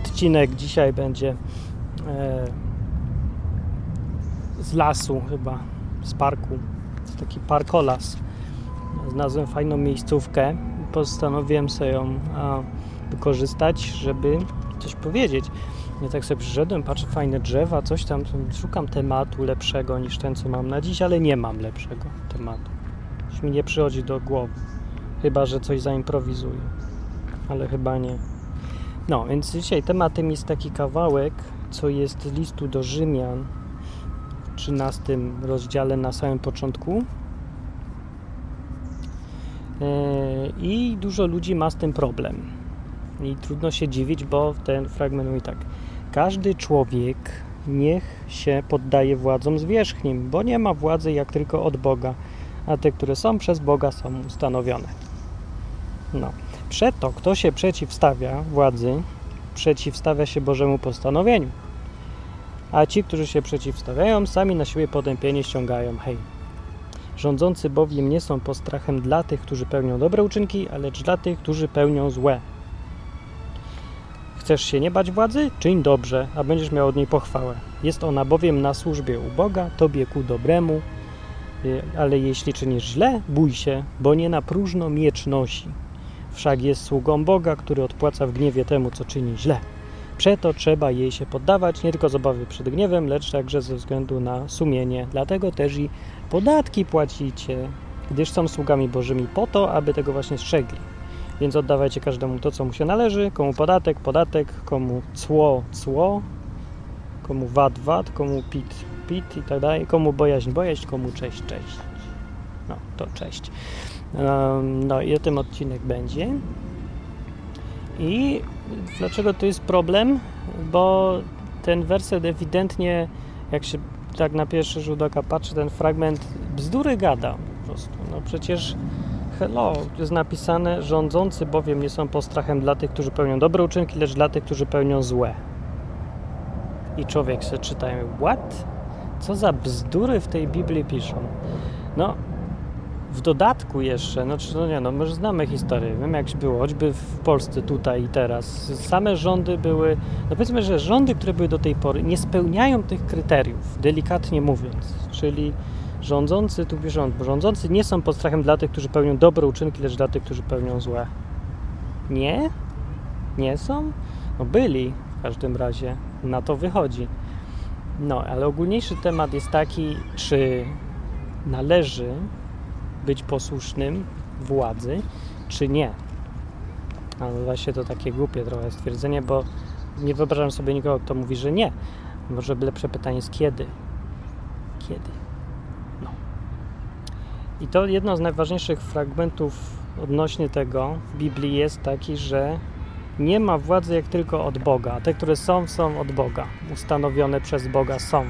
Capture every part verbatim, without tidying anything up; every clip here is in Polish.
odcinek dzisiaj będzie e, z lasu chyba, z parku. To taki parkolas. Znalazłem fajną miejscówkę i postanowiłem sobie ją a, wykorzystać, żeby coś powiedzieć. Ja tak sobie przyszedłem, patrzę, fajne drzewa, coś tam, szukam tematu lepszego niż ten, co mam na dziś, ale nie mam lepszego tematu. Już mi nie przychodzi do głowy. Chyba że coś zaimprowizuję. Ale chyba nie. No, więc dzisiaj tematem jest taki kawałek, co jest z listu do Rzymian w trzynastym rozdziale na samym początku. I dużo ludzi ma z tym problem. I trudno się dziwić, bo ten fragment mówi tak. Każdy człowiek niech się poddaje władzom zwierzchnim, bo nie ma władzy jak tylko od Boga, a te, które są przez Boga, są ustanowione. No. Przeto, kto się przeciwstawia władzy, przeciwstawia się Bożemu postanowieniu. A ci, którzy się przeciwstawiają, sami na siebie potępienie ściągają. Hej. Rządzący bowiem nie są postrachem dla tych, którzy pełnią dobre uczynki, lecz dla tych, którzy pełnią złe. Chcesz się nie bać władzy? Czyń dobrze, a będziesz miał od niej pochwałę. Jest ona bowiem na służbie u Boga, tobie ku dobremu, ale jeśli czynisz źle, bój się, bo nie na próżno miecz nosi. Wszak jest sługą Boga, który odpłaca w gniewie temu, co czyni źle. Przeto trzeba jej się poddawać, nie tylko z obawy przed gniewem, lecz także ze względu na sumienie. Dlatego też i podatki płacicie, gdyż są sługami Bożymi po to, aby tego właśnie strzegli. Więc oddawajcie każdemu to, co mu się należy, komu podatek, podatek, komu cło, cło, komu wat, wat, komu pit, pit i tak dalej, komu bojaźń, bojaźń, komu cześć, cześć. No, to cześć. Um, no i o tym odcinek będzie. I dlaczego to jest problem? Bo ten werset ewidentnie, jak się tak na pierwszy rzut oka patrzy, ten fragment bzdury gada po prostu. No przecież hello, jest napisane, rządzący bowiem nie są postrachem dla tych, którzy pełnią dobre uczynki, lecz dla tych, którzy pełnią złe. I człowiek się czyta i mówi, what? Co za bzdury w tej Biblii piszą? No, w dodatku jeszcze, no, no nie, no my już znamy historię, wiem jak było, choćby w Polsce tutaj i teraz. Same rządy były, no powiedzmy, że rządy, które były do tej pory, nie spełniają tych kryteriów, delikatnie mówiąc, czyli rządzący, tu piszą, bo rządzący nie są postrachem dla tych, którzy pełnią dobre uczynki, lecz dla tych, którzy pełnią złe. Nie? Nie są? No byli w każdym razie, na to wychodzi. No, ale ogólniejszy temat jest taki, czy należy być posłusznym władzy, czy nie. A właśnie to takie głupie trochę stwierdzenie, bo nie wyobrażam sobie nikogo, kto mówi, że nie. Może lepsze pytanie jest kiedy? Kiedy? No. I to jedno z najważniejszych fragmentów odnośnie tego w Biblii jest taki, że nie ma władzy jak tylko od Boga. A te, które są, są od Boga. Ustanowione przez Boga są.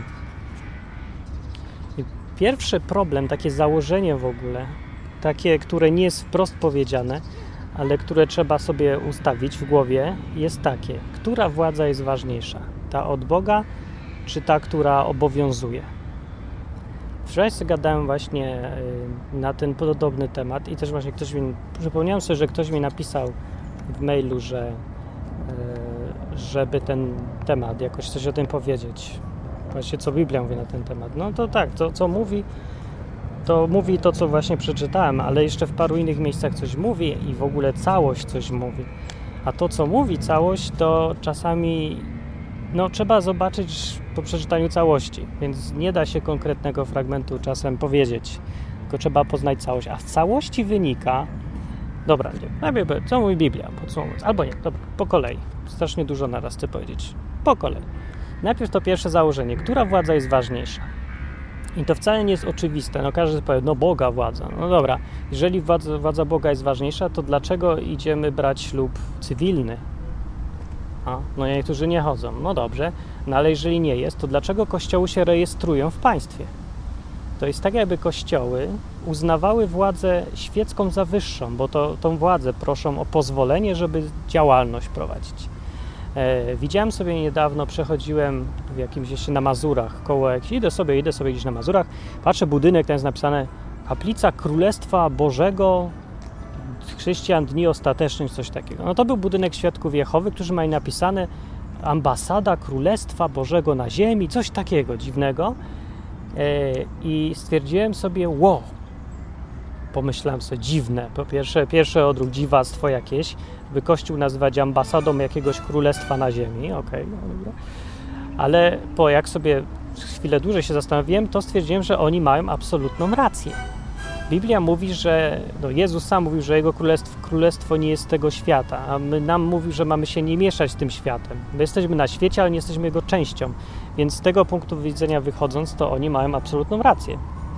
I pierwszy problem, takie założenie w ogóle, takie, które nie jest wprost powiedziane, ale które trzeba sobie ustawić w głowie, jest takie. Która władza jest ważniejsza? Ta od Boga, czy ta, która obowiązuje? Wczoraj sobie gadałem właśnie na ten podobny temat i też właśnie ktoś mi, przypomniałem sobie, że ktoś mi napisał w mailu, że żeby ten temat, jakoś coś o tym powiedzieć. Właśnie co Biblia mówi na ten temat. No to tak, to co mówi, to mówi to, co właśnie przeczytałem, ale jeszcze w paru innych miejscach coś mówi i w ogóle całość coś mówi. A to, co mówi całość, to czasami no, trzeba zobaczyć po przeczytaniu całości, więc nie da się konkretnego fragmentu czasem powiedzieć, tylko trzeba poznać całość. A z całości wynika, dobra, nie, najpierw co mówi Biblia, podsumowując, albo nie, dobra, po kolei. Strasznie dużo naraz chcę powiedzieć. Po kolei. Najpierw to pierwsze założenie. Która władza jest ważniejsza? I to wcale nie jest oczywiste. No każdy powie, no Boga władza. No dobra, jeżeli władza, władza Boga jest ważniejsza, to dlaczego idziemy brać ślub cywilny? A, no niektórzy nie chodzą. No dobrze, no ale jeżeli nie jest, to dlaczego kościoły się rejestrują w państwie? To jest tak, jakby kościoły uznawały władzę świecką za wyższą, bo to, tą władzę proszą o pozwolenie, żeby działalność prowadzić. E, widziałem sobie niedawno, przechodziłem w jakimś jeszcze na Mazurach, koło jak idę sobie, idę sobie gdzieś na Mazurach, patrzę budynek, tam jest napisane Kaplica Królestwa Bożego Chrześcijan Dni Ostatecznych, coś takiego. No to był budynek Świadków Jehowy, którzy mają napisane ambasada Królestwa Bożego na ziemi, coś takiego dziwnego. I stwierdziłem sobie, wow, pomyślałem sobie, dziwne, po pierwsze, pierwszy odruch, dziwactwo jakieś, by Kościół nazywać ambasadą jakiegoś królestwa na ziemi, okej, okay, no dobra. Ale po jak sobie chwilę dłużej się zastanowiłem, to stwierdziłem, że oni mają absolutną rację. Biblia mówi, że, no Jezus sam mówił, że Jego królestwo, królestwo nie jest z tego świata, a my, nam mówi, że mamy się nie mieszać z tym światem. My jesteśmy na świecie, ale nie jesteśmy jego częścią, więc z tego punktu widzenia wychodząc, to oni mają absolutną rację.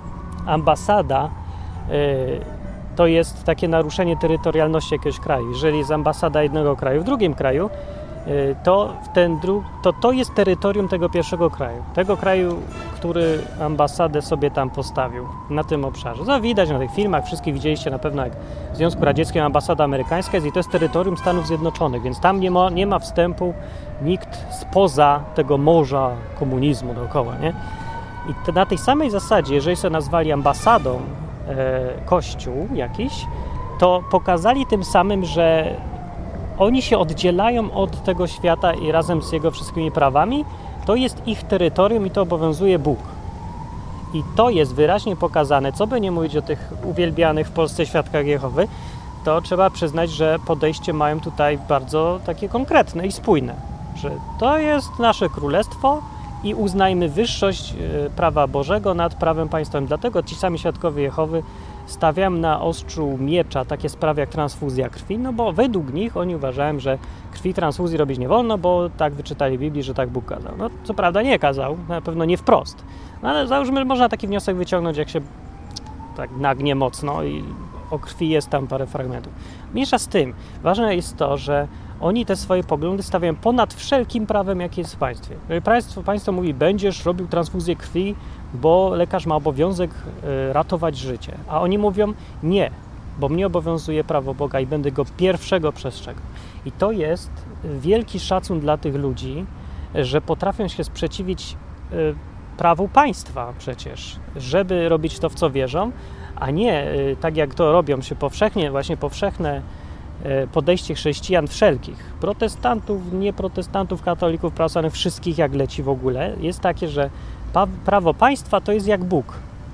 Ambasada yy, to jest takie naruszenie terytorialności jakiegoś kraju. Jeżeli jest ambasada jednego kraju w drugim kraju, To, ten dru- to to jest terytorium tego pierwszego kraju. Tego kraju, który ambasadę sobie tam postawił na tym obszarze. To widać na tych filmach, wszystkich widzieliście na pewno, jak w Związku Radzieckim ambasada amerykańska jest i to jest terytorium Stanów Zjednoczonych, więc tam nie ma, nie ma wstępu nikt spoza tego morza komunizmu dookoła, nie? I te, na tej samej zasadzie, jeżeli sobie nazwali ambasadą e, kościół jakiś, to pokazali tym samym, że oni się oddzielają od tego świata i razem z jego wszystkimi prawami, to jest ich terytorium i to obowiązuje Bóg. I to jest wyraźnie pokazane, co by nie mówić o tych uwielbianych w Polsce świadkach Jehowy, to trzeba przyznać, że podejście mają tutaj bardzo takie konkretne i spójne, że to jest nasze królestwo i uznajmy wyższość prawa Bożego nad prawem państwowym. Dlatego ci sami świadkowie Jehowy stawiają na ostrzu miecza takie sprawy jak transfuzja krwi, no bo według nich oni uważają, że krwi transfuzji robić nie wolno, bo tak wyczytali w Biblii, że tak Bóg kazał. No co prawda nie kazał, na pewno nie wprost, no, ale załóżmy, że można taki wniosek wyciągnąć, jak się tak nagnie mocno i o krwi jest tam parę fragmentów. Mniejsza z tym, ważne jest to, że oni te swoje poglądy stawiają ponad wszelkim prawem, jakie jest w państwie. Państwo, państwo mówi, będziesz robił transfuzję krwi, bo lekarz ma obowiązek y, ratować życie. A oni mówią, nie, bo mnie obowiązuje prawo Boga i będę go pierwszego przestrzegał. I to jest wielki szacun dla tych ludzi, że potrafią się sprzeciwić y, prawu państwa przecież, żeby robić to, w co wierzą, a nie y, tak jak to robią się powszechnie, właśnie powszechne podejście chrześcijan wszelkich, protestantów, nieprotestantów, katolików, prawosławnych, wszystkich jak leci w ogóle, jest takie, że prawo państwa to jest jak Bóg.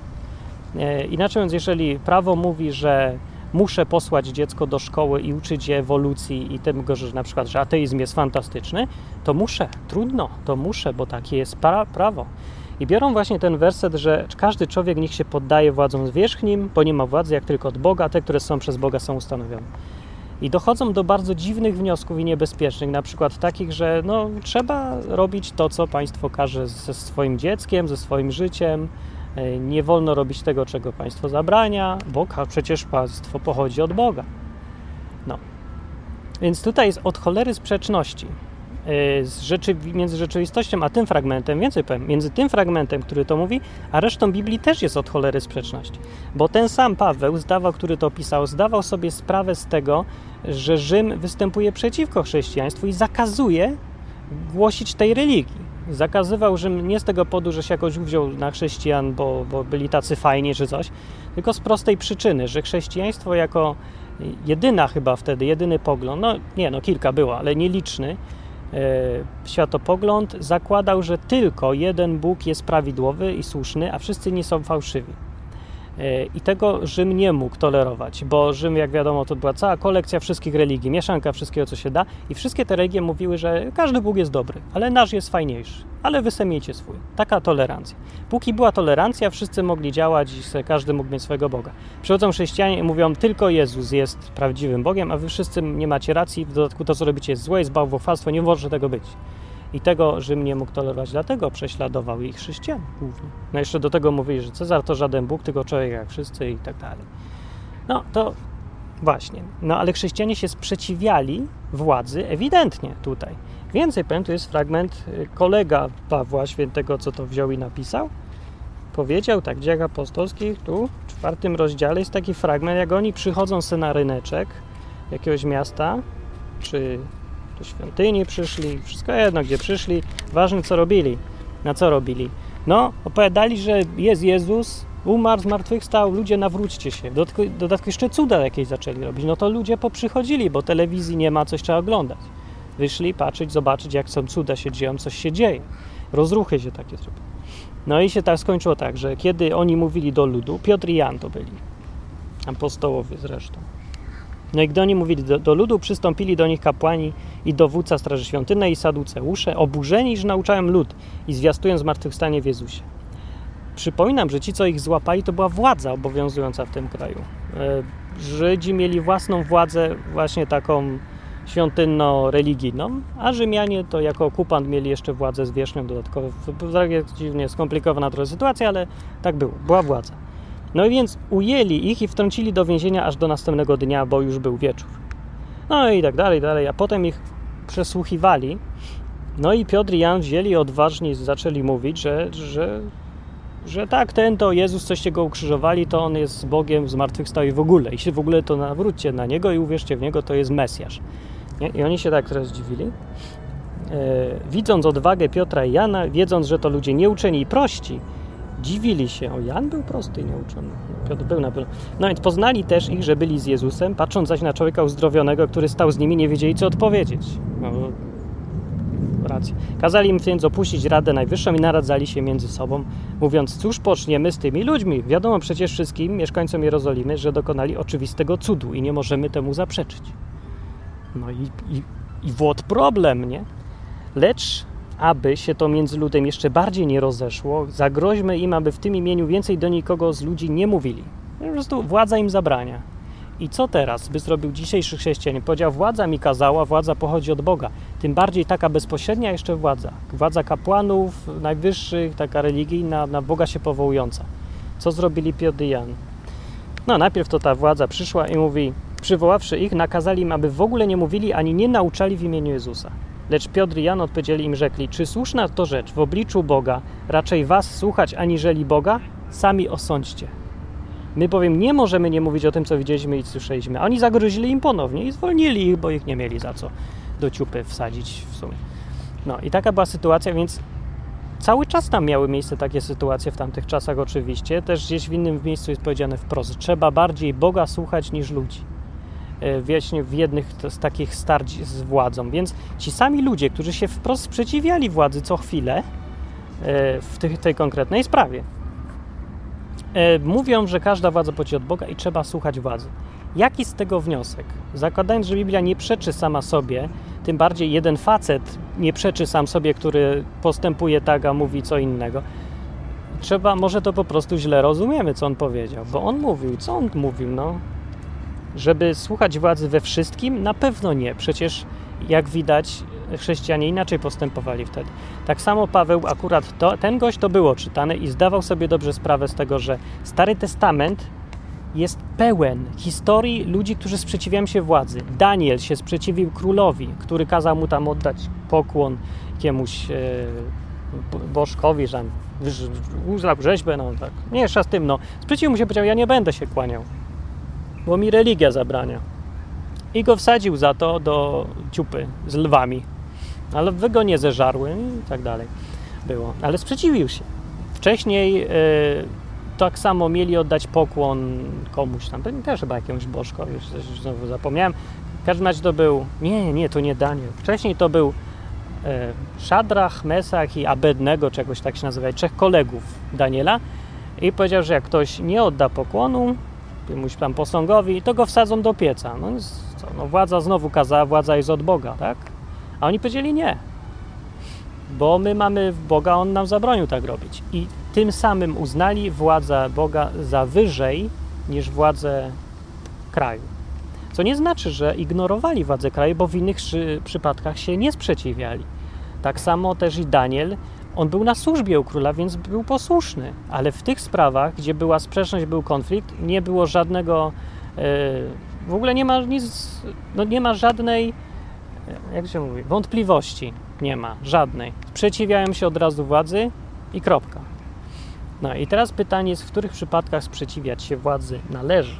Inaczej mówiąc, jeżeli prawo mówi, że muszę posłać dziecko do szkoły i uczyć je ewolucji i tego, że na przykład, że ateizm jest fantastyczny, to muszę, trudno, to muszę, bo takie jest pra- prawo. I biorą właśnie ten werset, że każdy człowiek niech się poddaje władzom zwierzchnim, bo nie ma władzy jak tylko od Boga, te, które są przez Boga, są ustanowione. I dochodzą do bardzo dziwnych wniosków i niebezpiecznych, na przykład takich, że no, trzeba robić to, co państwo każe ze swoim dzieckiem, ze swoim życiem. Nie wolno robić tego, czego państwo zabrania, bo przecież państwo pochodzi od Boga. No. Więc tutaj jest od cholery sprzeczności z rzeczy, między rzeczywistością a tym fragmentem, więcej powiem, między tym fragmentem, który to mówi, a resztą Biblii też jest od cholery sprzeczność. Bo ten sam Paweł, zdawał, który to pisał, zdawał sobie sprawę z tego, że Rzym występuje przeciwko chrześcijaństwu i zakazuje głosić tej religii. Zakazywał Rzym nie z tego powodu, że się jakoś uwziął na chrześcijan, bo, bo byli tacy fajni czy coś, tylko z prostej przyczyny, że chrześcijaństwo jako jedyna chyba wtedy, jedyny pogląd, no nie, no kilka było, ale nieliczny, światopogląd zakładał, że tylko jeden Bóg jest prawidłowy i słuszny, a wszyscy nie są fałszywi. I tego Rzym nie mógł tolerować, bo Rzym, jak wiadomo, to była cała kolekcja wszystkich religii, mieszanka wszystkiego, co się da i wszystkie te religie mówiły, że każdy Bóg jest dobry, ale nasz jest fajniejszy, ale wy se miejcie swój. Taka tolerancja. Póki była tolerancja, wszyscy mogli działać i każdy mógł mieć swojego Boga. Przychodzą chrześcijanie i mówią, tylko Jezus jest prawdziwym Bogiem, a wy wszyscy nie macie racji, w dodatku to, co robicie jest złe, jest bałwochwalstwo, nie może tego być. I tego Rzym nie mógł tolerować, dlatego prześladował ich chrześcijan głównie. No jeszcze do tego mówili, że Cezar to żaden Bóg, tylko człowiek jak wszyscy i tak dalej. No to właśnie. No ale chrześcijanie się sprzeciwiali władzy ewidentnie tutaj. Więcej powiem, tu jest fragment kolega Pawła Świętego, co to wziął i napisał. Powiedział tak w Dziejach Apostolskich, tu w czwartym rozdziale jest taki fragment, jak oni przychodzą se na ryneczek jakiegoś miasta, czy do świątyni przyszli, wszystko jedno, gdzie przyszli, ważne co robili, na co robili. No, opowiadali, że jest Jezus, umarł, zmartwychwstał, ludzie nawróćcie się. W dodatku, w dodatku jeszcze cuda jakieś zaczęli robić. No to ludzie poprzychodzili, bo telewizji nie ma, coś trzeba oglądać. Wyszli patrzeć, zobaczyć, jak są cuda się dzieją, coś się dzieje. Rozruchy się takie zrobiły. No i się tak skończyło tak, że kiedy oni mówili do ludu, Piotr i Jan to byli, apostołowie zresztą. No i gdy oni mówili do, do ludu, przystąpili do nich kapłani i dowódca Straży Świątynnej i Saduceusze, oburzeni, że nauczałem lud i zwiastują zmartwychwstanie w Jezusie. Przypominam, że ci, co ich złapali, to była władza obowiązująca w tym kraju. Żydzi mieli własną władzę, właśnie taką świątynno-religijną, a Rzymianie to jako okupant mieli jeszcze władzę zwierzchnią dodatkowo. To jest dziwnie skomplikowana trochę sytuacja, ale tak było, była władza. No i więc ujęli ich i wtrącili do więzienia aż do następnego dnia, bo już był wieczór. No i tak dalej, dalej, a potem ich przesłuchiwali. No i Piotr i Jan wzięli i odważnie zaczęli mówić, że, że, że tak, ten to Jezus, coście go ukrzyżowali, to on jest Bogiem, zmartwychwstał i w ogóle. I się w ogóle to nawróćcie na niego i uwierzcie w niego, to jest Mesjasz. Nie? I oni się tak teraz zdziwili. E, widząc odwagę Piotra i Jana, wiedząc, że to ludzie nieuczeni i prości, dziwili się. O, Jan był prosty i nieuczony. Piotr był na pewno. No więc poznali też ich, że byli z Jezusem, patrząc zaś na człowieka uzdrowionego, który stał z nimi, nie wiedzieli, co odpowiedzieć. No, rację. Kazali im więc opuścić Radę Najwyższą i naradzali się między sobą, mówiąc, cóż poczniemy z tymi ludźmi? Wiadomo przecież wszystkim mieszkańcom Jerozolimy, że dokonali oczywistego cudu i nie możemy temu zaprzeczyć. No i, i, i włot problem, nie? Lecz aby się to między ludem jeszcze bardziej nie rozeszło, zagroźmy im, aby w tym imieniu więcej do nikogo z ludzi nie mówili. Po prostu władza im zabrania. I co teraz by zrobił dzisiejszy chrześcijanin? Powiedział, władza mi kazała, władza pochodzi od Boga. Tym bardziej taka bezpośrednia jeszcze władza. Władza kapłanów najwyższych, taka religijna, na Boga się powołująca. Co zrobili Piotr i Jan? No najpierw to ta władza przyszła i mówi, przywoławszy ich, nakazali im, aby w ogóle nie mówili, ani nie nauczali w imieniu Jezusa. Lecz Piotr i Jan odpowiedzieli im, rzekli, czy słuszna to rzecz w obliczu Boga, raczej was słuchać aniżeli Boga? Sami osądźcie. My bowiem nie możemy nie mówić o tym, co widzieliśmy i słyszeliśmy. A oni zagrozili im ponownie i zwolnili ich, bo ich nie mieli za co do ciupy wsadzić w sumie. No i taka była sytuacja, więc cały czas tam miały miejsce takie sytuacje w tamtych czasach oczywiście. Też gdzieś w innym miejscu jest powiedziane wprost, trzeba bardziej Boga słuchać niż ludzi. Właśnie w jednych z takich starć z władzą. Więc ci sami ludzie, którzy się wprost sprzeciwiali władzy co chwilę w tej, tej konkretnej sprawie, mówią, że każda władza pochodzi od Boga i trzeba słuchać władzy. Jaki z tego wniosek? Zakładając, że Biblia nie przeczy sama sobie, tym bardziej jeden facet nie przeczy sam sobie, który postępuje tak, a mówi co innego, trzeba, może to po prostu źle rozumiemy, co on powiedział, bo on mówił, co on mówił, no? Żeby słuchać władzy we wszystkim? Na pewno nie. Przecież, jak widać, chrześcijanie inaczej postępowali wtedy. Tak samo Paweł, akurat to, ten gość to było czytane i zdawał sobie dobrze sprawę z tego, że Stary Testament jest pełen historii ludzi, którzy sprzeciwiają się władzy. Daniel się sprzeciwił królowi, który kazał mu tam oddać pokłon jakiemuś e, bożkowi, że uznał rzeźbę, no tak. Nie, z tym, no. Sprzeciwił mu się, powiedział, ja nie będę się kłaniał, bo mi religia zabrania. I go wsadził za to do ciupy z lwami. Ale lwy go nie zeżarły i tak dalej było. Ale sprzeciwił się. Wcześniej y, tak samo mieli oddać pokłon komuś tam. Też chyba jakiemuś bożkowi, już znowu zapomniałem. W każdym razie to był... Nie, nie, to nie Daniel. Wcześniej to był y, Szadrach, Mesach i Abednego, czegoś tak się nazywa, trzech kolegów Daniela. I powiedział, że jak ktoś nie odda pokłonu jakiemuś tam posągowi, to go wsadzą do pieca. No, co, no władza znowu kazała, władza jest od Boga, tak? A oni powiedzieli nie, bo my mamy Boga, On nam zabronił tak robić. I tym samym uznali władzę Boga za wyżej niż władzę kraju. Co nie znaczy, że ignorowali władzę kraju, bo w innych przy, przypadkach się nie sprzeciwiali. Tak samo też i Daniel, on był na służbie u króla, więc był posłuszny, ale w tych sprawach, gdzie była sprzeczność, był konflikt, nie było żadnego, yy, w ogóle nie ma nic, no nie ma żadnej, jak się mówi, wątpliwości, nie ma żadnej. Sprzeciwiają się od razu władzy i kropka. No i teraz pytanie jest, w których przypadkach sprzeciwiać się władzy należy.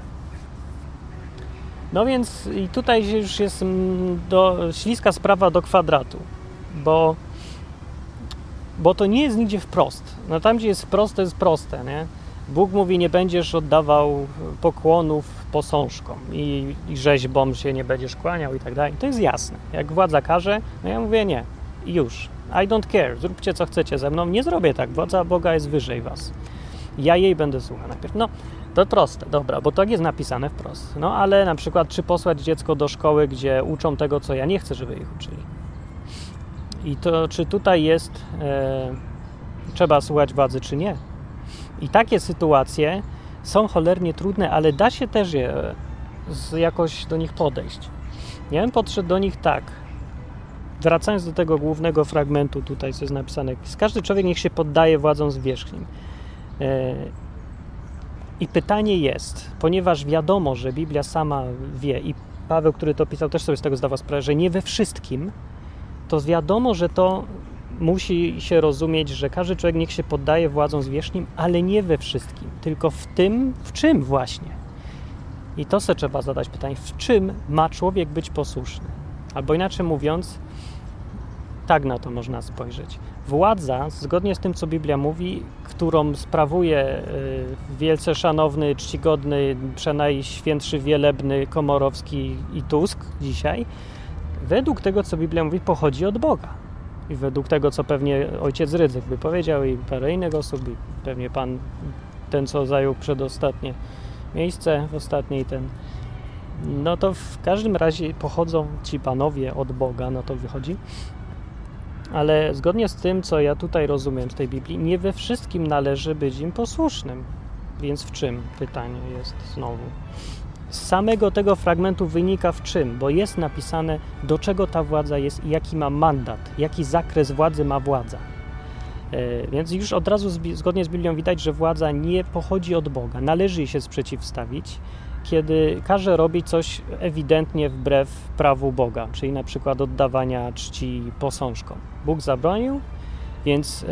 No więc i tutaj już jest do, śliska sprawa do kwadratu, bo Bo to nie jest nigdzie wprost. No tam, gdzie jest wprost, to jest proste, nie? Bóg mówi, nie będziesz oddawał pokłonów posążkom i, i rzeźbom się nie będziesz kłaniał i tak dalej. To jest jasne. Jak władza każe, no ja mówię nie. I już. I don't care. Zróbcie co chcecie ze mną. Nie zrobię tak. Władza Boga jest wyżej was. Ja jej będę słuchał najpierw. No, to proste, dobra, bo tak jest napisane wprost. No, ale na przykład, czy posłać dziecko do szkoły, gdzie uczą tego, co ja nie chcę, żeby ich uczyli. I to, czy tutaj jest, e, trzeba słuchać władzy, czy nie. I takie sytuacje są cholernie trudne, ale da się też je z, jakoś do nich podejść. Ja bym podszedł do nich tak. Wracając do tego głównego fragmentu, tutaj co jest napisane, każdy człowiek niech się poddaje władzom zwierzchnim. I pytanie jest, ponieważ wiadomo, że Biblia sama wie i Paweł, który to pisał, też sobie z tego zdawał sprawę, że nie we wszystkim, to wiadomo, że to musi się rozumieć, że każdy człowiek niech się poddaje władzom zwierzchnim, ale nie we wszystkim, tylko w tym, w czym właśnie. I to sobie trzeba zadać pytanie, w czym ma człowiek być posłuszny? Albo inaczej mówiąc, tak na to można spojrzeć. Władza, zgodnie z tym, co Biblia mówi, którą sprawuje wielce szanowny, czcigodny, przenajświętszy wielebny Komorowski i Tusk dzisiaj, według tego, co Biblia mówi, pochodzi od Boga. I według tego, co pewnie ojciec Rydzyk by powiedział i parę innych osób, i pewnie pan, ten, co zajął przedostatnie miejsce w ostatniej, ten, no to w każdym razie pochodzą ci panowie od Boga, no to wychodzi. Ale zgodnie z tym, co ja tutaj rozumiem z tej Biblii, nie we wszystkim należy być im posłusznym. Więc w czym? Pytanie jest znowu. Z samego tego fragmentu wynika w czym, bo jest napisane, do czego ta władza jest i jaki ma mandat, jaki zakres władzy ma władza. Yy, więc już od razu zbi- zgodnie z Biblią widać, że władza nie pochodzi od Boga. Należy jej się sprzeciwstawić, kiedy każe robić coś ewidentnie wbrew prawu Boga, czyli na przykład oddawania czci posążkom. Bóg zabronił, więc yy,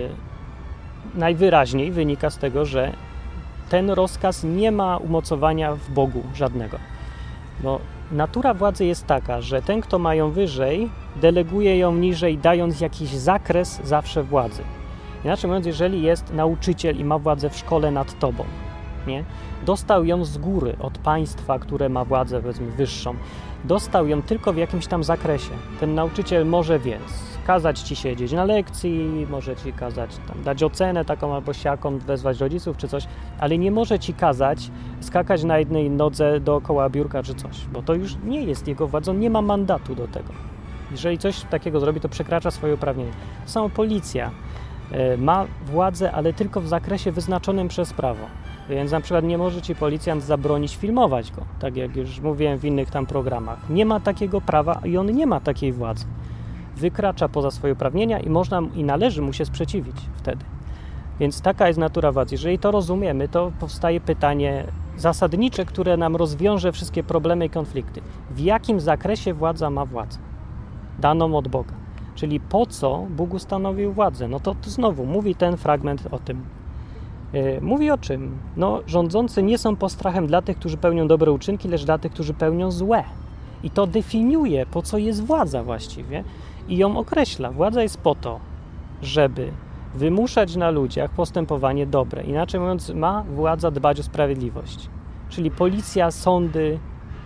najwyraźniej wynika z tego, że ten rozkaz nie ma umocowania w Bogu żadnego. Bo natura władzy jest taka, że ten, kto ma ją wyżej, deleguje ją niżej, dając jakiś zakres zawsze władzy. Inaczej mówiąc, jeżeli jest nauczyciel i ma władzę w szkole nad tobą, nie? Dostał ją z góry, od państwa, które ma władzę, powiedzmy, wyższą. Dostał ją tylko w jakimś tam zakresie. Ten nauczyciel może więc kazać ci siedzieć na lekcji, może ci kazać tam dać ocenę taką albo siaką, wezwać rodziców czy coś, ale nie może ci kazać skakać na jednej nodze dookoła biurka czy coś, bo to już nie jest jego władzą, nie ma mandatu do tego. Jeżeli coś takiego zrobi, to przekracza swoje uprawnienie. Sama policja y, ma władzę, ale tylko w zakresie wyznaczonym przez prawo. Więc na przykład nie może ci policjant zabronić filmować go, tak jak już mówiłem w innych tam programach. Nie ma takiego prawa i on nie ma takiej władzy. Wykracza poza swoje uprawnienia i można i należy mu się sprzeciwić wtedy. Więc taka jest natura władzy. Jeżeli to rozumiemy, to powstaje pytanie zasadnicze, które nam rozwiąże wszystkie problemy i konflikty. W jakim zakresie władza ma władzę? Daną od Boga. Czyli po co Bóg ustanowił władzę? No to, to znowu mówi ten fragment o tym. Yy, mówi o czym? No, rządzący nie są postrachem dla tych, którzy pełnią dobre uczynki, lecz dla tych, którzy pełnią złe. I to definiuje, po co jest władza właściwie i ją określa. Władza jest po to, żeby wymuszać na ludziach postępowanie dobre. Inaczej mówiąc, ma władza dbać o sprawiedliwość. Czyli policja, sądy,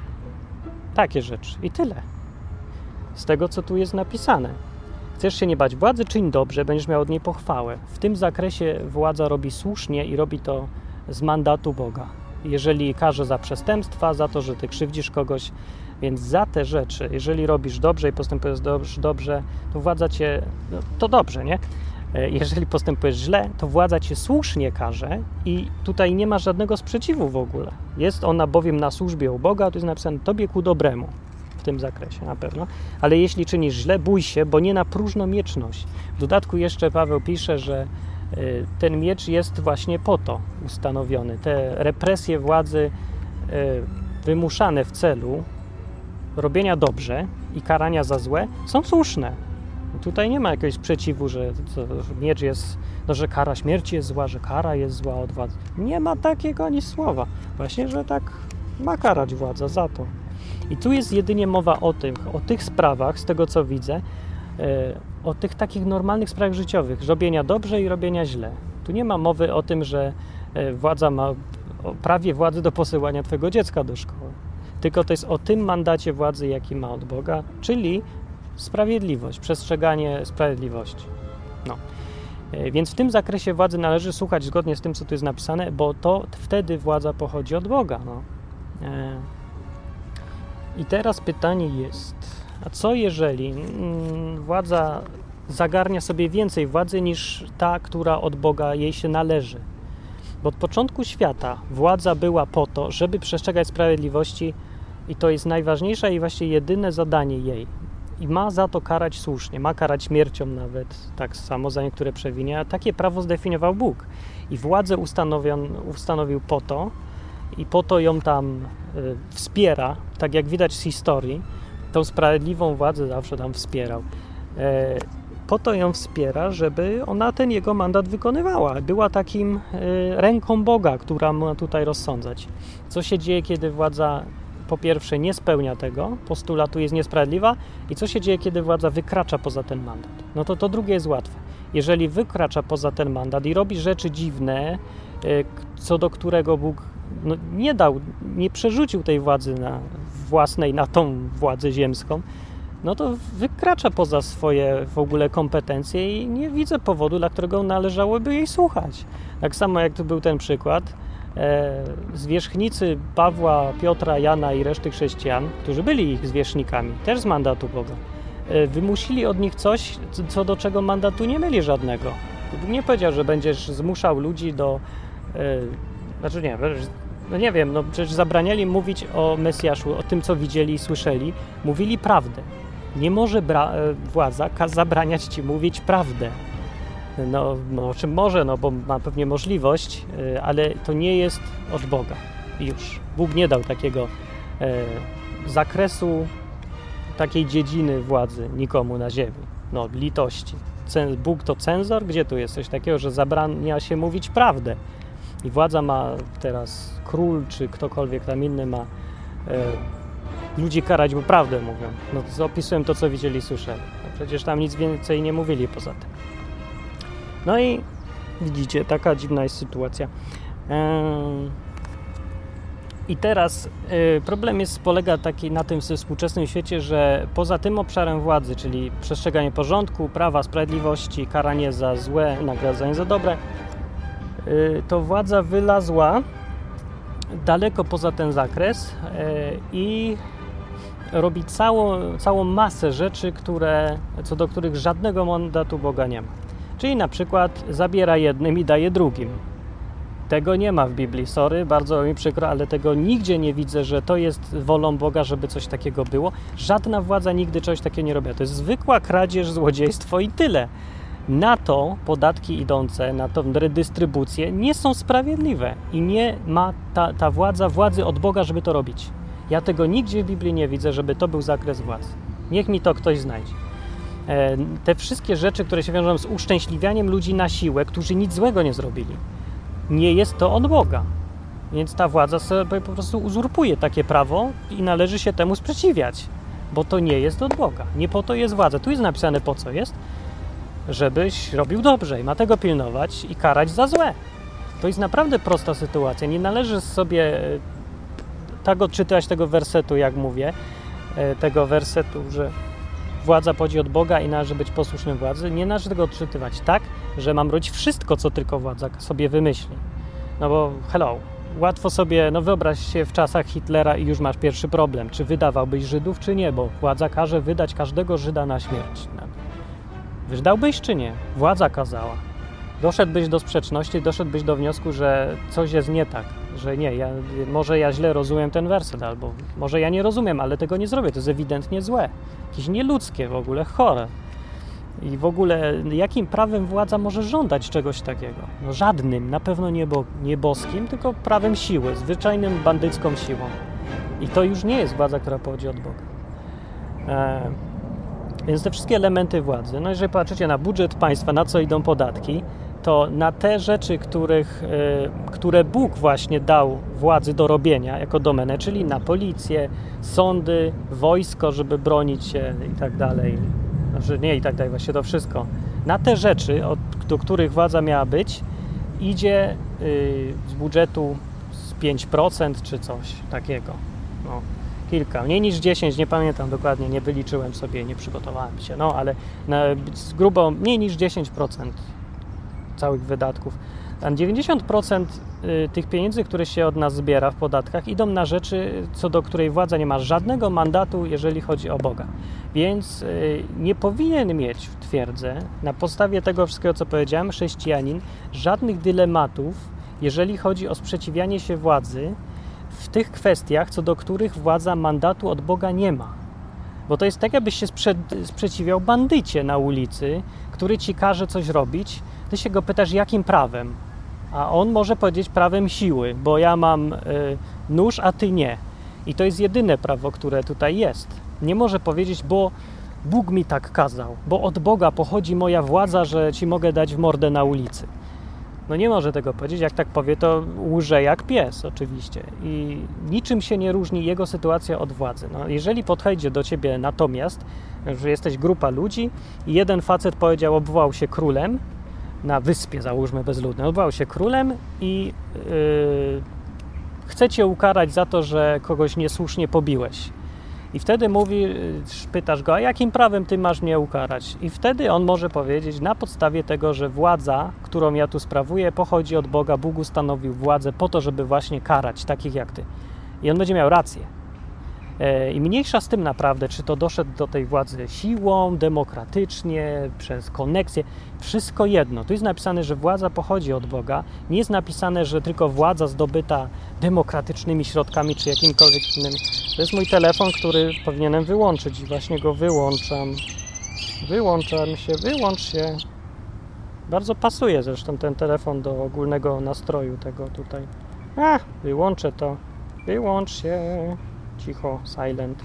takie rzeczy. I tyle. Z tego, co tu jest napisane. Chcesz się nie bać władzy, czyń dobrze, będziesz miał od niej pochwałę. W tym zakresie władza robi słusznie i robi to z mandatu Boga. Jeżeli karze za przestępstwa, za to, że ty krzywdzisz kogoś, więc za te rzeczy, jeżeli robisz dobrze i postępujesz dobrze, to władza cię, no, to dobrze, nie? Jeżeli postępujesz źle, to władza cię słusznie karze i tutaj nie ma żadnego sprzeciwu w ogóle. Jest ona bowiem na służbie u Boga, to jest napisane tobie ku dobremu w tym zakresie na pewno. Ale jeśli czynisz źle, bój się, bo nie na próżno miecz nosi. W dodatku jeszcze Paweł pisze, że y, ten miecz jest właśnie po to ustanowiony. Te represje władzy y, wymuszane w celu robienia dobrze i karania za złe są słuszne. Tutaj nie ma jakiegoś sprzeciwu, że, co, że miecz jest, no, że kara śmierci jest zła, że kara jest zła od władzy. Nie ma takiego ani słowa. Właśnie, że tak ma karać władza za to. I tu jest jedynie mowa o tym, o tych sprawach, z tego co widzę, yy, o tych takich normalnych sprawach życiowych, robienia dobrze i robienia źle. Tu nie ma mowy o tym, że władza ma prawie władzy do posyłania twojego dziecka do szkoły. Tylko to jest o tym mandacie władzy, jaki ma od Boga, czyli sprawiedliwość, przestrzeganie sprawiedliwości. No. Więc w tym zakresie władzy należy słuchać zgodnie z tym, co tu jest napisane, bo to wtedy władza pochodzi od Boga. No. I teraz pytanie jest, a co jeżeli władza zagarnia sobie więcej władzy niż ta, która od Boga jej się należy? Bo od początku świata władza była po to, żeby przestrzegać sprawiedliwości i to jest najważniejsze i właściwie jedyne zadanie jej. I ma za to karać słusznie, ma karać śmiercią nawet, tak samo za niektóre przewinienia. Takie prawo zdefiniował Bóg. I władzę ustanowił po to i po to ją tam y, wspiera, tak jak widać z historii, tą sprawiedliwą władzę zawsze tam wspierał. E, po to ją wspiera, żeby ona ten jego mandat wykonywała. Była takim y, ręką Boga, która ma tutaj rozsądzać. Co się dzieje, kiedy władza po pierwsze nie spełnia tego postulatu, jest niesprawiedliwa i co się dzieje, kiedy władza wykracza poza ten mandat? No to to drugie jest łatwe. Jeżeli wykracza poza ten mandat i robi rzeczy dziwne, co do którego Bóg no, nie dał, nie przerzucił tej władzy na własnej, na tą władzę ziemską, no to wykracza poza swoje w ogóle kompetencje i nie widzę powodu, dla którego należałoby jej słuchać. Tak samo jak tu był ten przykład, zwierzchnicy Pawła, Piotra, Jana i reszty chrześcijan, którzy byli ich zwierzchnikami, też z mandatu Boga, wymusili od nich coś, co do czego mandatu nie mieli żadnego. Nie powiedział, że będziesz zmuszał ludzi do... Yy, znaczy nie, no nie wiem, no przecież zabraniali mówić o Mesjaszu, o tym, co widzieli i słyszeli. Mówili prawdę. Nie może bra- władza zabraniać ci mówić prawdę. No, no o czym może, no bo ma pewnie możliwość, yy, ale to nie jest od Boga. Już. Bóg nie dał takiego yy, zakresu, takiej dziedziny władzy nikomu na ziemi. No, litości. Cen- Bóg to cenzor? Gdzie tu jest coś takiego, że zabrania się mówić prawdę? I władza ma teraz, król czy ktokolwiek tam inny ma e, ludzi karać, bo prawdę mówią. No to opisuję to, co widzieli i słyszeli. No, przecież tam nic więcej nie mówili poza tym. No i widzicie, taka dziwna jest sytuacja. Ehm, I teraz y, problem jest, polega taki na tym w współczesnym świecie, że poza tym obszarem władzy, czyli przestrzeganie porządku, prawa, sprawiedliwości, karanie za złe, nagradzanie za dobre, y, to władza wylazła daleko poza ten zakres y, i robi całą, całą masę rzeczy, które, co do których żadnego mandatu Boga nie ma. Czyli na przykład zabiera jednym i daje drugim. Tego nie ma w Biblii, sorry, bardzo mi przykro, ale tego nigdzie nie widzę, że to jest wolą Boga, żeby coś takiego było. Żadna władza nigdy czegoś takiego nie robiła. To jest zwykła kradzież, złodziejstwo i tyle. Na to podatki idące, na tą redystrybucję nie są sprawiedliwe i nie ma ta, ta władza władzy od Boga, żeby to robić. Ja tego nigdzie w Biblii nie widzę, żeby to był zakres władzy. Niech mi to ktoś znajdzie. E, te wszystkie rzeczy, które się wiążą z uszczęśliwianiem ludzi na siłę, którzy nic złego nie zrobili, nie jest to od Boga. Więc ta władza sobie po prostu uzurpuje takie prawo i należy się temu sprzeciwiać, bo to nie jest od Boga. Nie po to jest władza. Tu jest napisane, po co jest, żebyś robił dobrze i ma tego pilnować i karać za złe. To jest naprawdę prosta sytuacja. Nie należy sobie tak odczytywać tego wersetu, jak mówię, tego wersetu, że władza pochodzi od Boga i należy być posłusznym władzy. Nie należy tego odczytywać tak, że mam robić wszystko, co tylko władza sobie wymyśli. No bo hello, łatwo sobie, no wyobraź się w czasach Hitlera i już masz pierwszy problem. Czy wydawałbyś Żydów, czy nie? Bo władza każe wydać każdego Żyda na śmierć. Wydałbyś, czy nie? Władza kazała. Doszedłbyś do sprzeczności, doszedłbyś do wniosku, że coś jest nie tak. Że nie, ja, może ja źle rozumiem ten werset, albo może ja nie rozumiem, ale tego nie zrobię. To jest ewidentnie złe. Jakieś nieludzkie w ogóle, chore. I w ogóle jakim prawem władza może żądać czegoś takiego? No żadnym, na pewno nie, bo, nie boskim, tylko prawem siły, zwyczajnym bandycką siłą. I to już nie jest władza, która pochodzi od Boga. E, więc te wszystkie elementy władzy, no jeżeli patrzycie na budżet państwa, na co idą podatki, to na te rzeczy, których, y, które Bóg właśnie dał władzy do robienia jako domenę, czyli na policję, sądy, wojsko, żeby bronić się i tak dalej, znaczy nie i tak dalej, właśnie to wszystko. Na te rzeczy, od, do których władza miała być, idzie y, z budżetu z pięć procent czy coś takiego. No, kilka, mniej niż dziesięć, nie pamiętam dokładnie, nie wyliczyłem sobie, nie przygotowałem się, no ale na, grubo mniej niż dziesięć procent całych wydatków. A dziewięćdziesiąt procent tych pieniędzy, które się od nas zbiera w podatkach, idą na rzeczy, co do której władza nie ma żadnego mandatu, jeżeli chodzi o Boga. Więc nie powinien mieć, twierdzę, na podstawie tego wszystkiego, co powiedziałem, chrześcijanin, żadnych dylematów, jeżeli chodzi o sprzeciwianie się władzy w tych kwestiach, co do których władza mandatu od Boga nie ma. Bo to jest tak, jakbyś się sprze- sprzeciwiał bandycie na ulicy, który ci każe coś robić, ty się go pytasz, jakim prawem? A on może powiedzieć prawem siły, bo ja mam y, nóż, a ty nie. I to jest jedyne prawo, które tutaj jest. Nie może powiedzieć, bo Bóg mi tak kazał, bo od Boga pochodzi moja władza, że ci mogę dać w mordę na ulicy. No nie może tego powiedzieć, jak tak powie, to łże jak pies oczywiście. I niczym się nie różni jego sytuacja od władzy. No, jeżeli podejdzie do ciebie natomiast, że jesteś grupa ludzi i jeden facet powiedział, obwołał się królem, na wyspie, załóżmy, bezludnej, odwołał się królem i yy, chce cię ukarać za to, że kogoś niesłusznie pobiłeś. I wtedy mówi, pytasz go, a jakim prawem ty masz mnie ukarać? I wtedy on może powiedzieć, na podstawie tego, że władza, którą ja tu sprawuję, pochodzi od Boga, Bóg ustanowił władzę po to, żeby właśnie karać takich jak ty. I on będzie miał rację. I mniejsza z tym naprawdę, czy to doszedł do tej władzy siłą, demokratycznie, przez koneksję, wszystko jedno. Tu jest napisane, że władza pochodzi od Boga, nie jest napisane, że tylko władza zdobyta demokratycznymi środkami, czy jakimkolwiek innym. To jest mój telefon, który powinienem wyłączyć i właśnie go wyłączam. Wyłączam się, wyłącz się. Bardzo pasuje zresztą ten telefon do ogólnego nastroju tego tutaj. A, wyłączę to. Wyłącz się. Cicho, silent.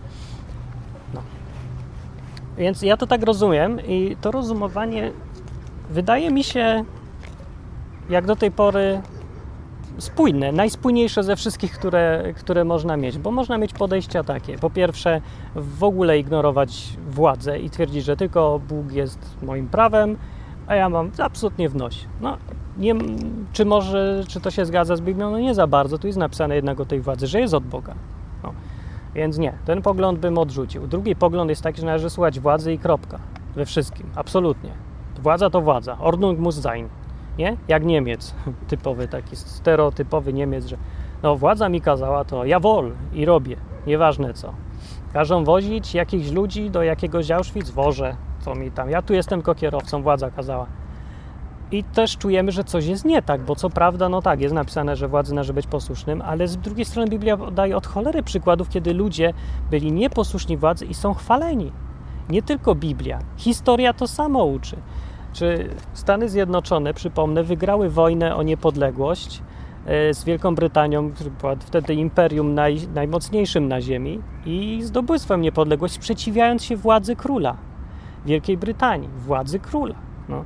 No. Więc ja to tak rozumiem i to rozumowanie wydaje mi się jak do tej pory spójne, najspójniejsze ze wszystkich, które, które można mieć, bo można mieć podejścia takie. Po pierwsze, w ogóle ignorować władzę i twierdzić, że tylko Bóg jest moim prawem, a ja mam absolutnie w nosie. No, nie, czy może, czy to się zgadza z Biblią? No nie za bardzo. Tu jest napisane jednak o tej władzy, że jest od Boga. No. Więc nie, ten pogląd bym odrzucił. Drugi pogląd jest taki, że należy słuchać władzy i kropka. We wszystkim, absolutnie. Władza to władza. Ordnung muss sein. Nie? Jak Niemiec. Typowy taki, stereotypowy Niemiec, że no władza mi kazała, to jawohl i robię. Nieważne co. Każą wozić jakichś ludzi do jakiegoś Auschwitz, wożę. Co mi tam. Ja tu jestem tylko kierowcą, władza kazała. I też czujemy, że coś jest nie tak, bo co prawda, no tak, jest napisane, że władzy należy być posłusznym, ale z drugiej strony Biblia daje od cholery przykładów, kiedy ludzie byli nieposłuszni władzy i są chwaleni. Nie tylko Biblia. Historia to samo uczy. Czy Stany Zjednoczone, przypomnę, wygrały wojnę o niepodległość z Wielką Brytanią, która była wtedy imperium naj, najmocniejszym na ziemi i zdobyły swoją niepodległość, sprzeciwiając się władzy króla Wielkiej Brytanii, władzy króla. No.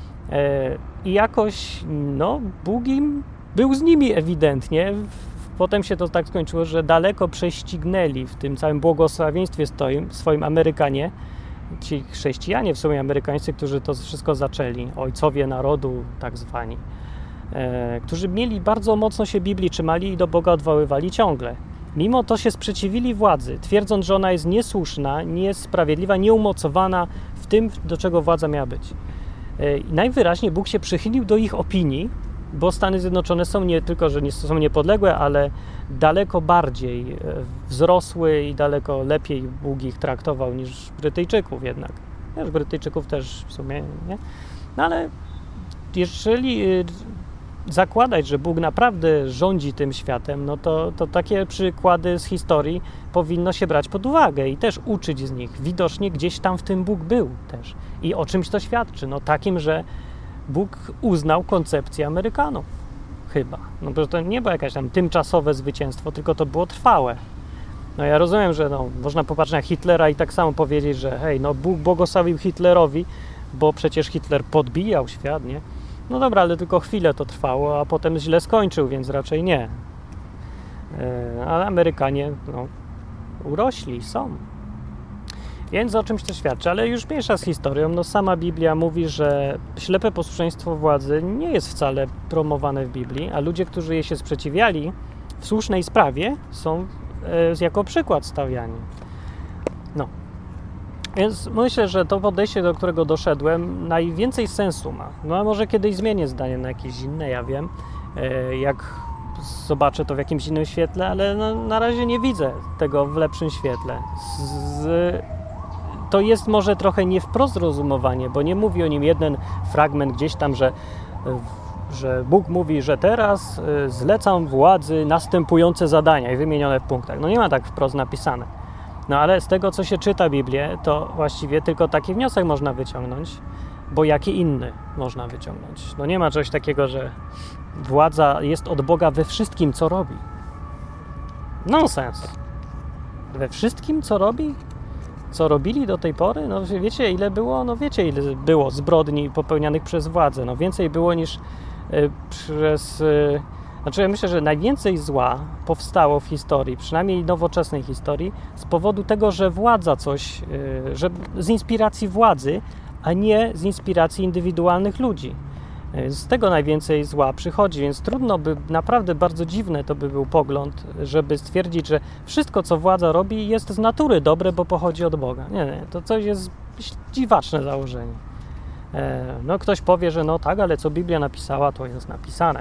I jakoś, no, Bóg im był z nimi ewidentnie. Potem się to tak skończyło, że daleko prześcignęli w tym całym błogosławieństwie swoim, swoim Amerykanie, ci chrześcijanie w sumie amerykańscy, którzy to wszystko zaczęli, ojcowie narodu tak zwani, e, którzy mieli bardzo mocno się Biblii trzymali i do Boga odwoływali ciągle. Mimo to się sprzeciwili władzy, twierdząc, że ona jest niesłuszna, niesprawiedliwa, nieumocowana w tym, do czego władza miała być. I najwyraźniej Bóg się przychylił do ich opinii, bo Stany Zjednoczone są nie tylko, że nie są niepodległe, ale daleko bardziej wzrosły i daleko lepiej Bóg ich traktował niż Brytyjczyków jednak. Też Brytyjczyków też w sumie, nie? No ale jeżeli zakładać, że Bóg naprawdę rządzi tym światem, no to, to takie przykłady z historii powinno się brać pod uwagę i też uczyć z nich. Widocznie gdzieś tam w tym Bóg był też. I o czymś to świadczy? No takim, że Bóg uznał koncepcję Amerykanów. Chyba. No bo to nie było jakieś tam tymczasowe zwycięstwo, tylko to było trwałe. No ja rozumiem, że no, można popatrzeć na Hitlera i tak samo powiedzieć, że hej, no Bóg błogosławił Hitlerowi, bo przecież Hitler podbijał świat, nie? No dobra, ale tylko chwilę to trwało, a potem źle skończył, więc raczej nie. Ale Amerykanie, no, urośli, są. Więc o czymś to świadczy, ale już mniejsza z historią. No sama Biblia mówi, że ślepe posłuszeństwo władzy nie jest wcale promowane w Biblii, a ludzie, którzy jej się sprzeciwiali w słusznej sprawie, są e, jako przykład stawiani. No. Więc myślę, że to podejście, do którego doszedłem, najwięcej sensu ma. No a może kiedyś zmienię zdanie na jakieś inne, ja wiem, e, jak zobaczę to w jakimś innym świetle, ale no, na razie nie widzę tego w lepszym świetle. Z, to jest może trochę nie wprost rozumowanie, bo nie mówi o nim jeden fragment gdzieś tam, że, że Bóg mówi, że teraz zlecam władzy następujące zadania i wymienione w punktach. No nie ma tak wprost napisane. No ale z tego, co się czyta Biblię, to właściwie tylko taki wniosek można wyciągnąć, bo jaki inny można wyciągnąć? No nie ma czegoś takiego, że władza jest od Boga we wszystkim, co robi. Nonsens. We wszystkim, co robi? Co robili do tej pory? No wiecie, ile było? No wiecie, ile było zbrodni popełnianych przez władzę. No więcej było niż y, przez... Y, znaczy ja myślę, że najwięcej zła powstało w historii, przynajmniej nowoczesnej historii, z powodu tego, że władza coś... Y, że z inspiracji władzy, a nie z inspiracji indywidualnych ludzi. Z tego najwięcej zła przychodzi, więc trudno by, naprawdę bardzo dziwne to by był pogląd, żeby stwierdzić, że wszystko, co władza robi, jest z natury dobre, bo pochodzi od Boga. Nie, nie, to coś jest dziwaczne założenie. No ktoś powie, że no tak, ale co Biblia napisała, to jest napisane.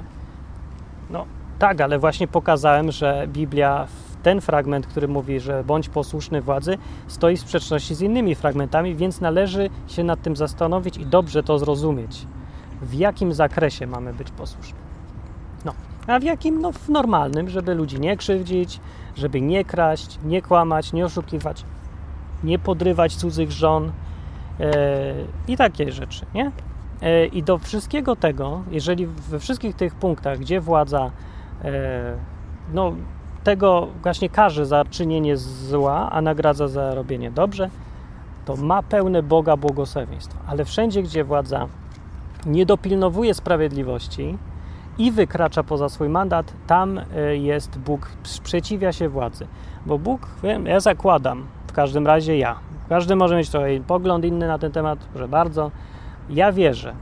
No tak, ale właśnie pokazałem, że Biblia, ten fragment, który mówi, że bądź posłuszny władzy, stoi w sprzeczności z innymi fragmentami, więc należy się nad tym zastanowić i dobrze to zrozumieć. W jakim zakresie mamy być posłuszni. No, a w jakim? No w normalnym, żeby ludzi nie krzywdzić, żeby nie kraść, nie kłamać, nie oszukiwać, nie podrywać cudzych żon yy, i takie rzeczy, nie? Yy, I do wszystkiego tego, jeżeli we wszystkich tych punktach, gdzie władza yy, no, tego właśnie karze za czynienie zła, a nagradza za robienie dobrze, to ma pełne Boga błogosławieństwa. Ale wszędzie, gdzie władza nie dopilnowuje sprawiedliwości i wykracza poza swój mandat, tam jest Bóg, sprzeciwia się władzy. Bo Bóg, wiem, ja zakładam, w każdym razie ja, każdy może mieć trochę pogląd inny na ten temat, że bardzo, ja wierzę,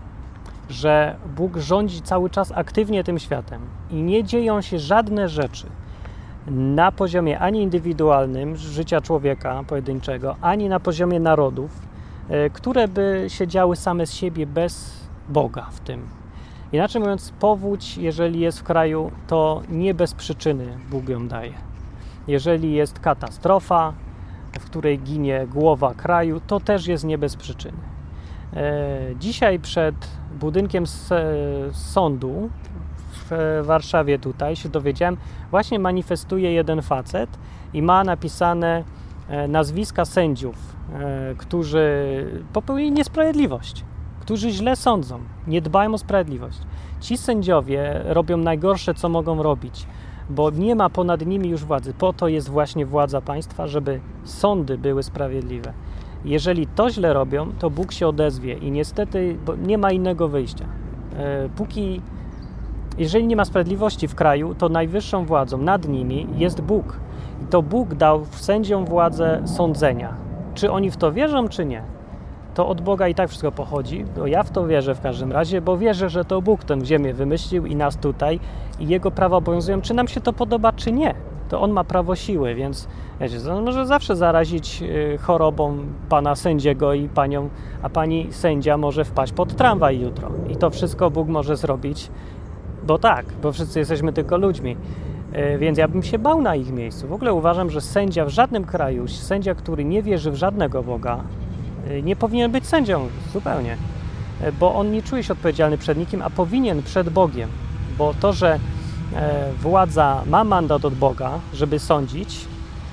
że Bóg rządzi cały czas aktywnie tym światem i nie dzieją się żadne rzeczy na poziomie ani indywidualnym życia człowieka pojedynczego, ani na poziomie narodów, które by się działy same z siebie bez Boga w tym. Inaczej mówiąc, powódź, jeżeli jest w kraju, to nie bez przyczyny Bóg ją daje. Jeżeli jest katastrofa, w której ginie głowa kraju, to też jest nie bez przyczyny. Dzisiaj przed budynkiem sądu w Warszawie tutaj się dowiedziałem, właśnie manifestuje jeden facet i ma napisane nazwiska sędziów, którzy popełnili niesprawiedliwość, którzy źle sądzą, nie dbają o sprawiedliwość. Ci sędziowie robią najgorsze, co mogą robić, bo nie ma ponad nimi już władzy. Po to jest właśnie władza państwa, żeby sądy były sprawiedliwe. Jeżeli to źle robią, to Bóg się odezwie i niestety bo nie ma innego wyjścia. Póki, jeżeli nie ma sprawiedliwości w kraju, to najwyższą władzą nad nimi jest Bóg. I to Bóg dał sędziom władzę sądzenia. Czy oni w to wierzą, czy nie? To od Boga i tak wszystko pochodzi. Bo ja w to wierzę w każdym razie, bo wierzę, że to Bóg tę ziemię wymyślił i nas tutaj i Jego prawa obowiązują. Czy nam się to podoba, czy nie? To On ma prawo siły, więc wiecie, on może zawsze zarazić chorobą pana sędziego i panią, a pani sędzia może wpaść pod tramwaj jutro. I to wszystko Bóg może zrobić, bo tak, bo wszyscy jesteśmy tylko ludźmi. Więc ja bym się bał na ich miejscu. W ogóle uważam, że sędzia w żadnym kraju, sędzia, który nie wierzy w żadnego Boga, nie powinien być sędzią zupełnie, bo on nie czuje się odpowiedzialny przed nikim, a powinien przed Bogiem, bo to, że władza ma mandat od Boga, żeby sądzić,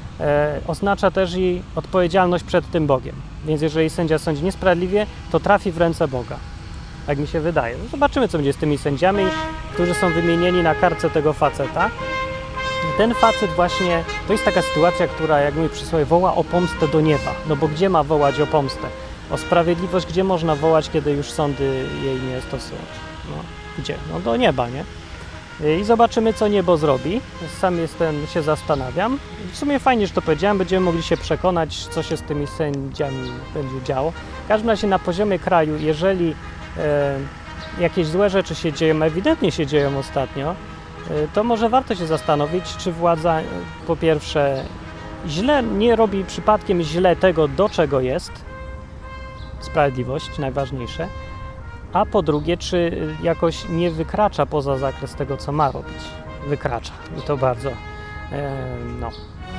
oznacza też jej odpowiedzialność przed tym Bogiem. Więc jeżeli sędzia sądzi niesprawiedliwie, to trafi w ręce Boga. Tak mi się wydaje. Zobaczymy, co będzie z tymi sędziami, którzy są wymienieni na kartce tego faceta. Ten facet właśnie, to jest taka sytuacja, która, jak mówi przysłowie, woła o pomstę do nieba. No bo gdzie ma wołać o pomstę? O sprawiedliwość, gdzie można wołać, kiedy już sądy jej nie stosują? No, gdzie? No do nieba, nie? I zobaczymy, co niebo zrobi. Sam jestem, się zastanawiam. W sumie fajnie, że to powiedziałem. Będziemy mogli się przekonać, co się z tymi sędziami będzie działo. W każdym razie na poziomie kraju, jeżeli e, jakieś złe rzeczy się dzieją, ewidentnie się dzieją ostatnio, e, to może warto się zastanowić, czy władza e, po pierwsze źle nie robi przypadkiem źle tego, do czego jest. Sprawiedliwość, najważniejsze. A po drugie, czy jakoś nie wykracza poza zakres tego, co ma robić. Wykracza. I to bardzo. E, no.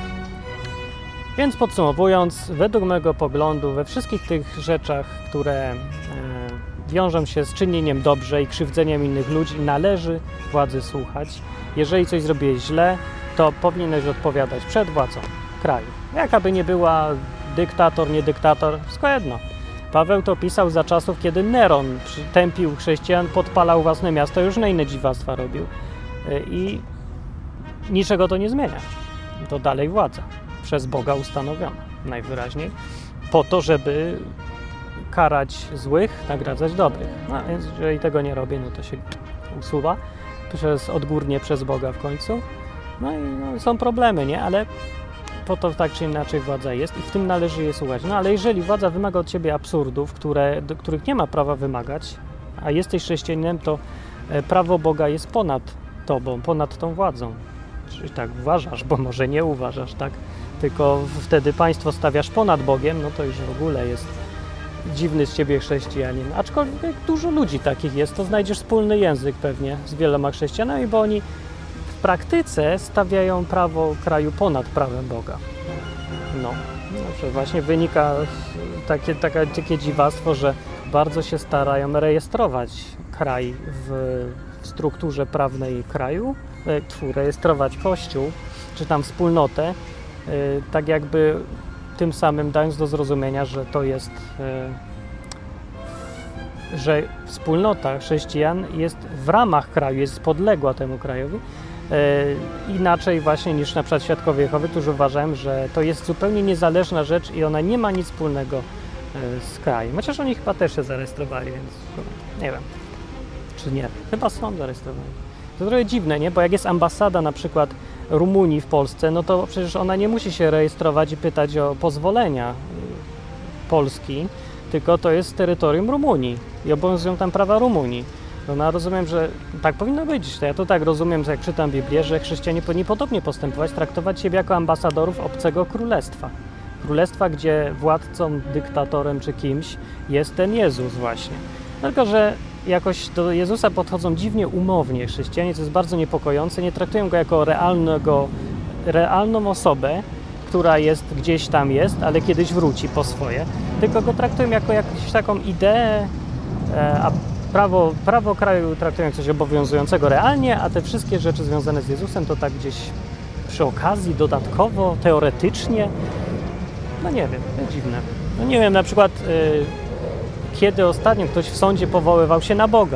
Więc podsumowując, według mojego poglądu, we wszystkich tych rzeczach, które e, wiążą się z czynieniem dobrze i krzywdzeniem innych ludzi, należy władzy słuchać. Jeżeli coś zrobiłeś źle, to powinieneś odpowiadać przed władzą kraju. Jakaby nie była dyktator, nie dyktator, wszystko jedno. Paweł to pisał za czasów, kiedy Neron tępił chrześcijan, podpalał własne miasto, już na inne dziwactwa robił. I niczego to nie zmienia. To dalej władza. Przez Boga ustanowiona, najwyraźniej. Po to, żeby karać złych, nagradzać dobrych. No więc jeżeli tego nie robię, no to się usuwa. Przez, odgórnie przez Boga w końcu. No i no, są problemy, nie? Ale po to tak czy inaczej władza jest i w tym należy je słuchać. No ale jeżeli władza wymaga od ciebie absurdów, które, do których nie ma prawa wymagać, a jesteś chrześcijaninem, to prawo Boga jest ponad tobą, ponad tą władzą. Czyli tak uważasz, bo może nie uważasz, tak? Tylko wtedy państwo stawiasz ponad Bogiem, no to już w ogóle jest dziwny z ciebie chrześcijanin. Aczkolwiek dużo ludzi takich jest, to znajdziesz wspólny język pewnie z wieloma chrześcijanami, bo oni w praktyce stawiają prawo kraju ponad prawem Boga. No, no właśnie wynika takie, takie, takie dziwactwo, że bardzo się starają rejestrować kraj w, w strukturze prawnej kraju, tfu, rejestrować Kościół, czy tam wspólnotę, tak jakby tym samym dając do zrozumienia, że to jest, że wspólnota chrześcijan jest w ramach kraju, jest podległa temu krajowi, inaczej właśnie niż na przykład Świadkowie Jehowy, którzy uważają, że to jest zupełnie niezależna rzecz i ona nie ma nic wspólnego z krajem. Chociaż oni chyba też się zarejestrowali, więc nie wiem, czy nie. Chyba są zarejestrowani. To trochę dziwne, nie? Bo jak jest ambasada na przykład Rumunii w Polsce, no to przecież ona nie musi się rejestrować i pytać o pozwolenia Polski, tylko to jest terytorium Rumunii i obowiązują tam prawa Rumunii. No, no rozumiem, że tak powinno być. To ja to tak rozumiem, jak czytam Biblię, że chrześcijanie powinni podobnie postępować, traktować siebie jako ambasadorów obcego królestwa. Królestwa, gdzie władcą, dyktatorem czy kimś jest ten Jezus właśnie. Tylko że jakoś do Jezusa podchodzą dziwnie umownie chrześcijanie, co jest bardzo niepokojące. Nie traktują go jako realnego, realną osobę, która jest gdzieś tam jest, ale kiedyś wróci po swoje, tylko go traktują jako jakąś taką ideę, a prawo, prawo kraju traktują coś obowiązującego realnie, a te wszystkie rzeczy związane z Jezusem to tak gdzieś przy okazji, dodatkowo, teoretycznie. No nie wiem, to dziwne. No nie wiem, na przykład yy, kiedy ostatnio ktoś w sądzie powoływał się na Boga.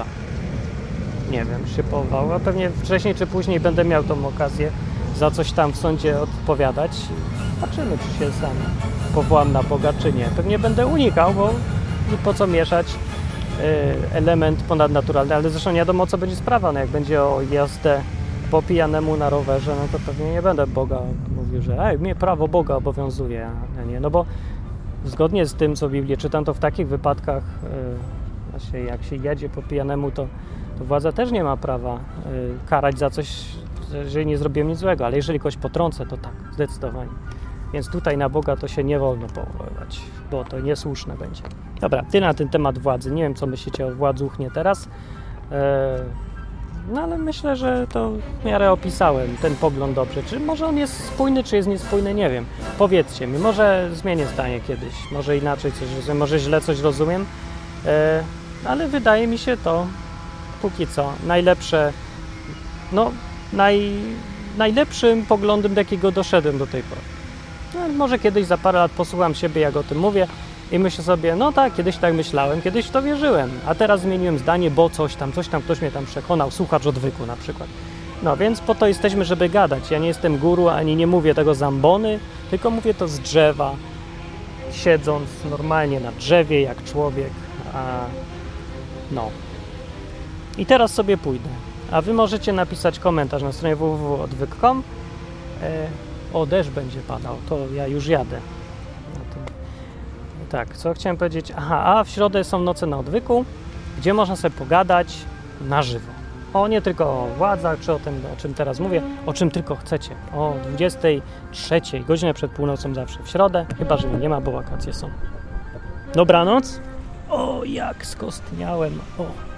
Nie wiem, czy się powołał, a pewnie wcześniej czy później będę miał tą okazję za coś tam w sądzie odpowiadać. Zobaczymy, czy się sam powołam na Boga, czy nie. Pewnie będę unikał, bo po co mieszać yy, element ponadnaturalny, ale zresztą nie wiadomo, o co będzie sprawa. No jak będzie o jazdę po pijanemu na rowerze, no to pewnie nie będę Boga mówił, że ej, mnie prawo Boga obowiązuje, a nie, no bo zgodnie z tym, co w Biblii czytam, to w takich wypadkach yy, właśnie jak się jedzie po pijanemu, to, to władza też nie ma prawa yy, karać za coś, jeżeli nie zrobiłem nic złego, ale jeżeli kogoś potrącę, to tak, zdecydowanie. Więc tutaj na Boga to się nie wolno powoływać, bo to niesłuszne będzie. Dobra, tyle na ten temat władzy. Nie wiem, co myślicie o władzuchnie teraz. Yy, No ale myślę, że to w miarę opisałem ten pogląd dobrze. Czy może on jest spójny, czy jest niespójny, nie wiem. Powiedzcie mi, może zmienię zdanie kiedyś, może inaczej coś rozumiem, może źle coś rozumiem, e, ale wydaje mi się to póki co najlepsze, no naj, najlepszym poglądem, do jakiego doszedłem do tej pory. No, może kiedyś za parę lat posłucham siebie, jak o tym mówię, i myślę sobie, no tak, kiedyś tak myślałem, kiedyś w to wierzyłem, a teraz zmieniłem zdanie, bo coś tam, coś tam, ktoś mnie tam przekonał, słuchacz odwyku na przykład. No więc po to jesteśmy, żeby gadać. Ja nie jestem guru, ani nie mówię tego z ambony, tylko mówię to z drzewa, siedząc normalnie na drzewie, jak człowiek, a no. I teraz sobie pójdę. A wy możecie napisać komentarz na stronie w w w kropka odwyk kropka com. E, o, deszcz będzie padał, to ja już jadę. Tak, co chciałem powiedzieć? Aha, a w środę są noce na odwyku, gdzie można sobie pogadać na żywo. O, nie tylko o władzach, czy o tym, o czym teraz mówię, o czym tylko chcecie. O dwudziestej trzeciej, godzinę przed północą zawsze w środę, chyba że nie ma, bo wakacje są. Dobranoc. O, jak skostniałem. O.